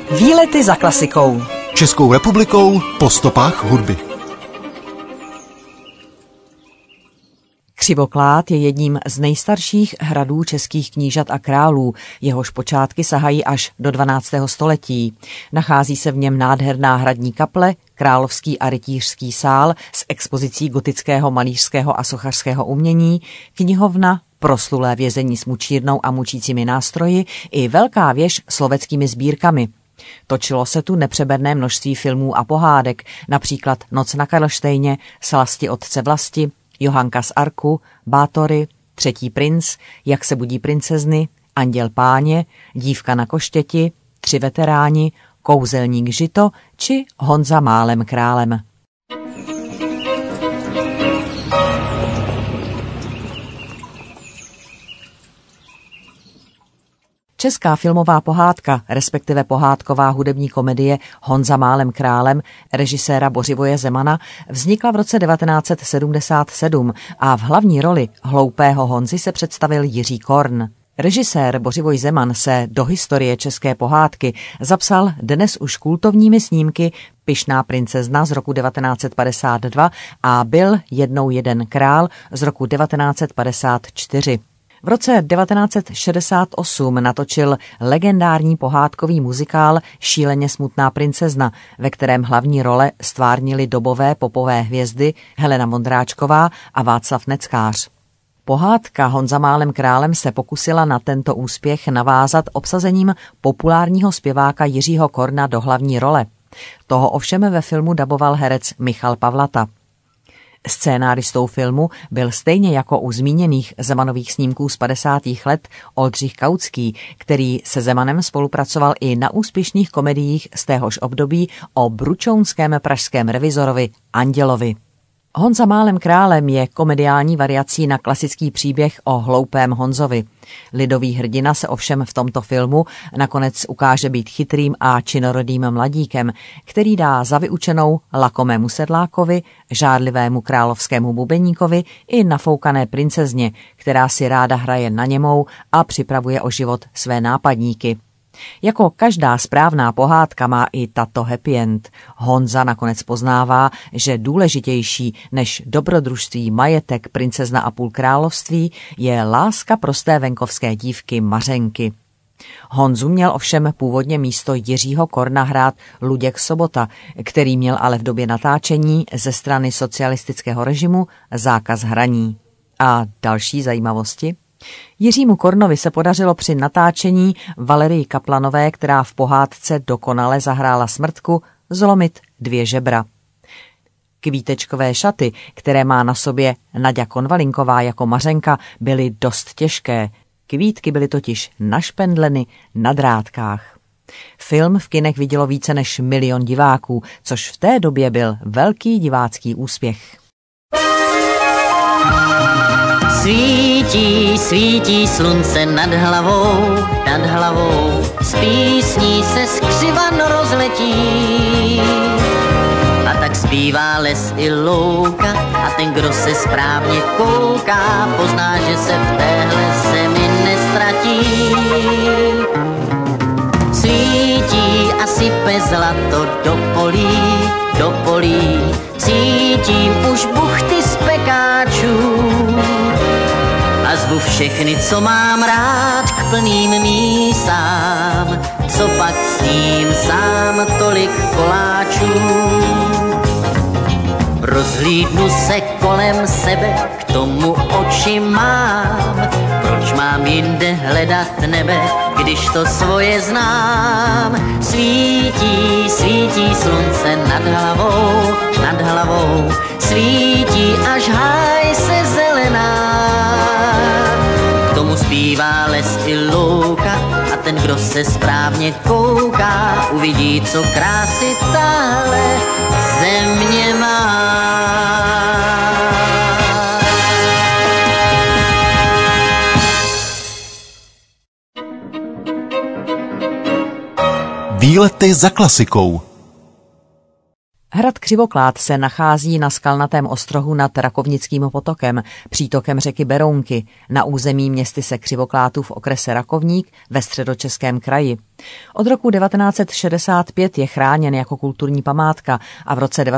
Výlety za klasikou. Českou republikou po stopách hudby. Křivoklád je jedním z nejstarších hradů českých knížat a králů, jehož počátky sahají až do 12. století. Nachází se v něm nádherná hradní kaple, královský a rytířský sál s expozicí gotického malířského a sochařského umění, knihovna, proslulé vězení s mučírnou a mučícími nástroji i velká věž s loveckými sbírkami. Točilo se tu nepřeberné množství filmů a pohádek, například Noc na Karlštejně, Slasti otce Vlasti, Johanka z Arku, Bátory, Třetí princ, Jak se budí princezny, Anděl páně, Dívka na koštěti, Tři veteráni, Kouzelník Žito či Honza málem králem. Česká filmová pohádka, respektive pohádková hudební komedie Honza málem králem režiséra Bořivoje Zemana vznikla v roce 1977 a v hlavní roli hloupého Honzy se představil Jiří Korn. Režisér Bořivoj Zeman se do historie české pohádky zapsal dnes už kultovními snímky Pyšná princezna z roku 1952 a Byl jednou jeden král z roku 1954. V roce 1968 natočil legendární pohádkový muzikál Šíleně smutná princezna, ve kterém hlavní role stvárnili dobové popové hvězdy Helena Vondráčková a Václav Neckář. Pohádka Honza málem králem se pokusila na tento úspěch navázat obsazením populárního zpěváka Jiřího Korna do hlavní role. Toho ovšem ve filmu daboval herec Michal Pavlata. Scénáristou filmu byl stejně jako u zmíněných Zemanových snímků z 50. let Oldřich Kautský, který se Zemanem spolupracoval i na úspěšných komediích z téhož období o bručounském pražském revizorovi Andělovi. Honza málem králem je komediální variací na klasický příběh o hloupém Honzovi. Lidový hrdina se ovšem v tomto filmu nakonec ukáže být chytrým a činorodým mladíkem, který dá za vyučenou lakomému sedlákovi, žárlivému královskému bubeníkovi i nafoukané princezně, která si ráda hraje na němou a připravuje o život své nápadníky. Jako každá správná pohádka má i tato happy end. Honza nakonec poznává, že důležitější než dobrodružství, majetek, princezna a půl království je láska prosté venkovské dívky Mařenky. Honzu měl ovšem původně místo Jiřího Korna hrát Luděk Sobota, který měl ale v době natáčení ze strany socialistického režimu zákaz hraní. A další zajímavosti? Jiřímu Kornovi se podařilo při natáčení Valerii Kaplanové, která v pohádce dokonale zahrála smrtku, zlomit 2 žebra. Kvítečkové šaty, které má na sobě Naďa Konvalinková jako Mařenka, byly dost těžké. Kvítky byly totiž našpendleny na drátkách. Film v kinech vidělo více než 1 000 000 diváků, což v té době byl velký divácký úspěch. Svítí, svítí slunce nad hlavou, s písní se skřivan rozletí. A tak zpívá les i louka a ten, kdo se správně kouká, pozná, že se v téhle zemi nestratí. Svítí a sype zlato do polí, cítím už buchty z pekáčů. A zvu všechny, co mám rád, k plným mísám, co pak sním sám tolik koláčů. Rozhlídnu se kolem sebe, k tomu oči mám, proč mám jinde hledat nebe, když to svoje znám. Svítí, svítí slunce nad hlavou, svítí až háj se zelená. K tomu zpívá les i louka a ten, kdo se správně kouká, uvidí, co krásy tahle země má. Výlety za klasikou. Hrad Křivoklád se nachází na skalnatém ostrohu nad Rakovnickým potokem, přítokem řeky Berounky, na území městyse Křivoklátů v okrese Rakovník ve Středočeském kraji. Od roku 1965 je chráněn jako kulturní památka a v roce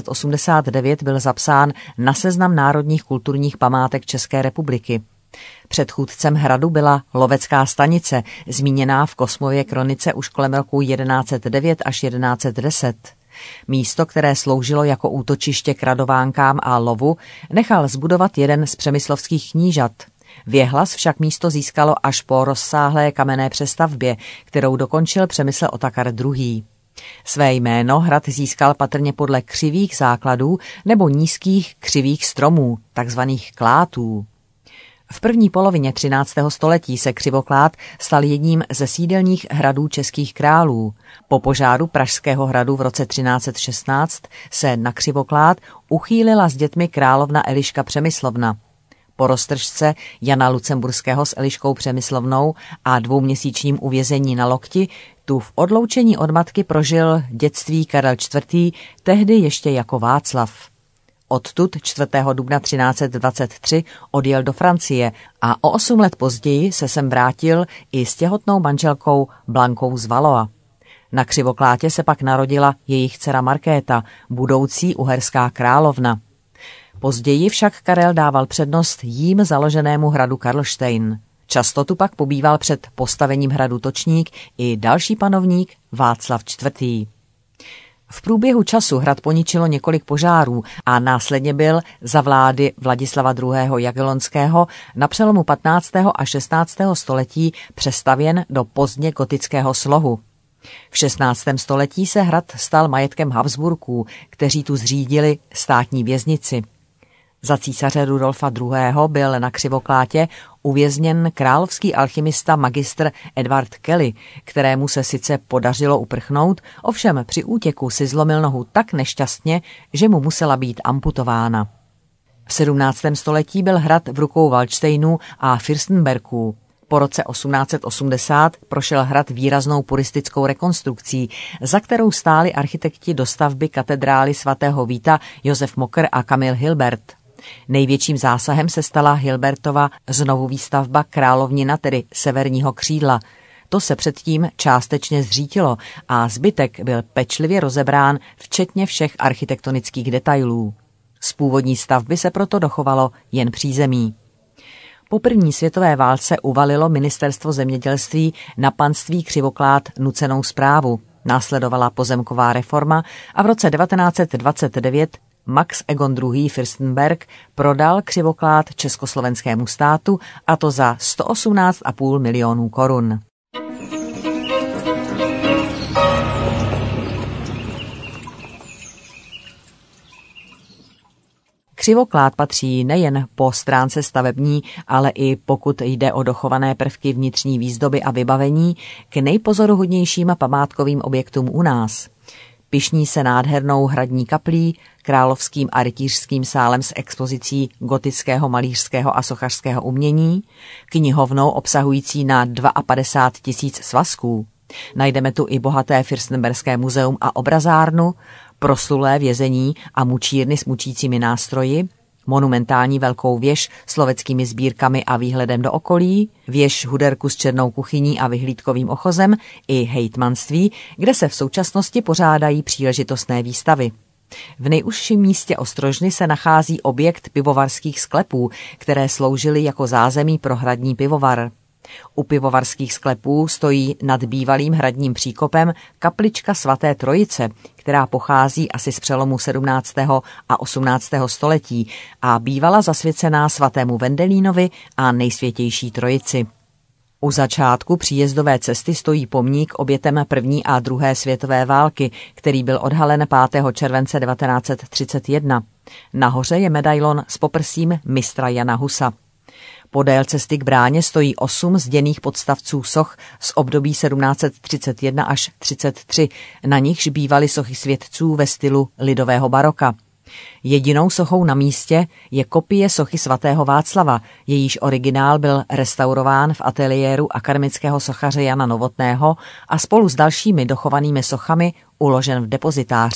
1989 byl zapsán na seznam národních kulturních památek České republiky. Předchůdcem hradu byla lovecká stanice, zmíněná v Kosmově kronice už kolem roku 1109 až 1110. Místo, které sloužilo jako útočiště k radovánkám a lovu, nechal zbudovat jeden z přemyslovských knížat. Věhlas však místo získalo až po rozsáhlé kamenné přestavbě, kterou dokončil Přemysl Otakar II. Své jméno hrad získal patrně podle křivých základů nebo nízkých křivých stromů, takzvaných klátů. V první polovině 13. století se Křivoklád stal jedním ze sídelních hradů českých králů. Po požáru Pražského hradu v roce 1316 se na Křivoklád uchýlila s dětmi královna Eliška Přemyslovna. Po roztržce Jana Lucemburského s Eliškou Přemyslovnou a dvouměsíčním uvězení na lokti tu v odloučení od matky prožil dětství Karel IV., tehdy ještě jako Václav. Odtud 4. dubna 1323 odjel do Francie a o 8 let později se sem vrátil i s těhotnou manželkou Blankou z Valois. Na Křivoklátě se pak narodila jejich dcera Markéta, budoucí uherská královna. Později však Karel dával přednost jím založenému hradu Karlštejn. Často tu pak pobýval před postavením hradu Točník i další panovník Václav IV. V průběhu času hrad poničilo několik požárů a následně byl za vlády Vladislava II. Jagellonského na přelomu 15. a 16. století přestavěn do pozdně gotického slohu. V 16. století se hrad stal majetkem Habsburků, kteří tu zřídili státní věznici. Za císaře Rudolfa II. Byl na Křivoklátě uvězněn královský alchymista magistr Edward Kelly, kterému se sice podařilo uprchnout, ovšem při útěku si zlomil nohu tak nešťastně, že mu musela být amputována. V 17. století byl hrad v rukou Valdštejnů a Fürstenbergů. Po roce 1880 prošel hrad výraznou puristickou rekonstrukcí, za kterou stáli architekti dostavby katedrály svatého Víta Josef Mocker a Kamil Hilbert. Největším zásahem se stala Hilbertova znovuvýstavba královnina, tedy severního křídla. To se předtím částečně zřítilo a zbytek byl pečlivě rozebrán, včetně všech architektonických detailů. Z původní stavby se proto dochovalo jen přízemí. Po první světové válce uvalilo ministerstvo zemědělství na panství Křivoklád nucenou správu. Následovala pozemková reforma a v roce 1929 Max Egon II. Fürstenberg prodal Křivoklád československému státu, a to za 118,5 milionů korun. Křivoklád patří nejen po stránce stavební, ale i pokud jde o dochované prvky vnitřní výzdoby a vybavení k nejpozoruhodnějším památkovým objektům u nás. Pyšní se nádhernou hradní kaplí, královským a rytířským sálem s expozicí gotického, malířského a sochařského umění, knihovnou obsahující na 52 000 svazků. Najdeme tu i bohaté Fürstenberské muzeum a obrazárnu, proslulé vězení a mučírny s mučícími nástroji, monumentální velkou věž s loveckými sbírkami a výhledem do okolí, věž Huderku s černou kuchyní a vyhlídkovým ochozem i hejtmanství, kde se v současnosti pořádají příležitostné výstavy. V nejužším místě Ostrožny se nachází objekt pivovarských sklepů, které sloužily jako zázemí pro hradní pivovar. U pivovarských sklepů stojí nad bývalým hradním příkopem kaplička svaté Trojice, která pochází asi z přelomu 17. a 18. století a bývala zasvěcená svatému Vendelínovi a Nejsvětější Trojici. U začátku příjezdové cesty stojí pomník obětem první a druhé světové války, který byl odhalen 5. července 1931. Nahoře je medailon s poprsím mistra Jana Husa. Podél cesty k bráně stojí 8 zděných podstavců soch z období 1731 až 33, na nichž bývaly sochy světců ve stylu lidového baroka. Jedinou sochou na místě je kopie sochy svatého Václava, jejíž originál byl restaurován v ateliéru akademického sochaře Jana Novotného a spolu s dalšími dochovanými sochami uložen v depozitáři.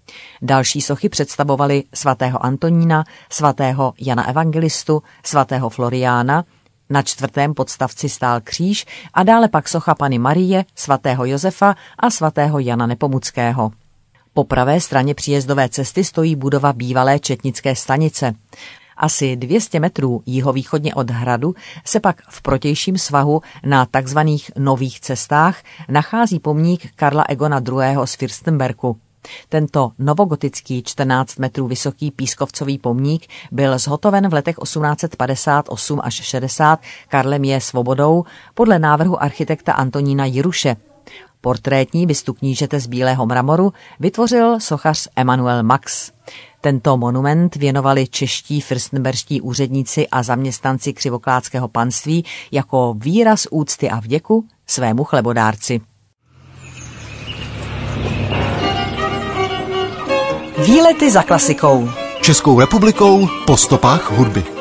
Další sochy představovaly svatého Antonína, svatého Jana Evangelistu, svatého Floriána, na 4. podstavci stál kříž a dále pak socha Panny Marie, svatého Josefa a svatého Jana Nepomuckého. Po pravé straně příjezdové cesty stojí budova bývalé četnické stanice. Asi 200 metrů jihovýchodně od hradu se pak v protějším svahu na takzvaných nových cestách nachází pomník Karla Egona II. Z Fürstenbergu. Tento novogotický 14 metrů vysoký pískovcový pomník byl zhotoven v letech 1858 až 60 Karlem J. Svobodou podle návrhu architekta Antonína Jiruše. Portrétní bystu knížete z bílého mramoru vytvořil sochař Emanuel Max. Tento monument věnovali čeští fürstenberští úředníci a zaměstnanci křivoklátského panství jako výraz úcty a vděku svému chlebodárci. Výlety za klasikou. Českou republikou po stopách hudby.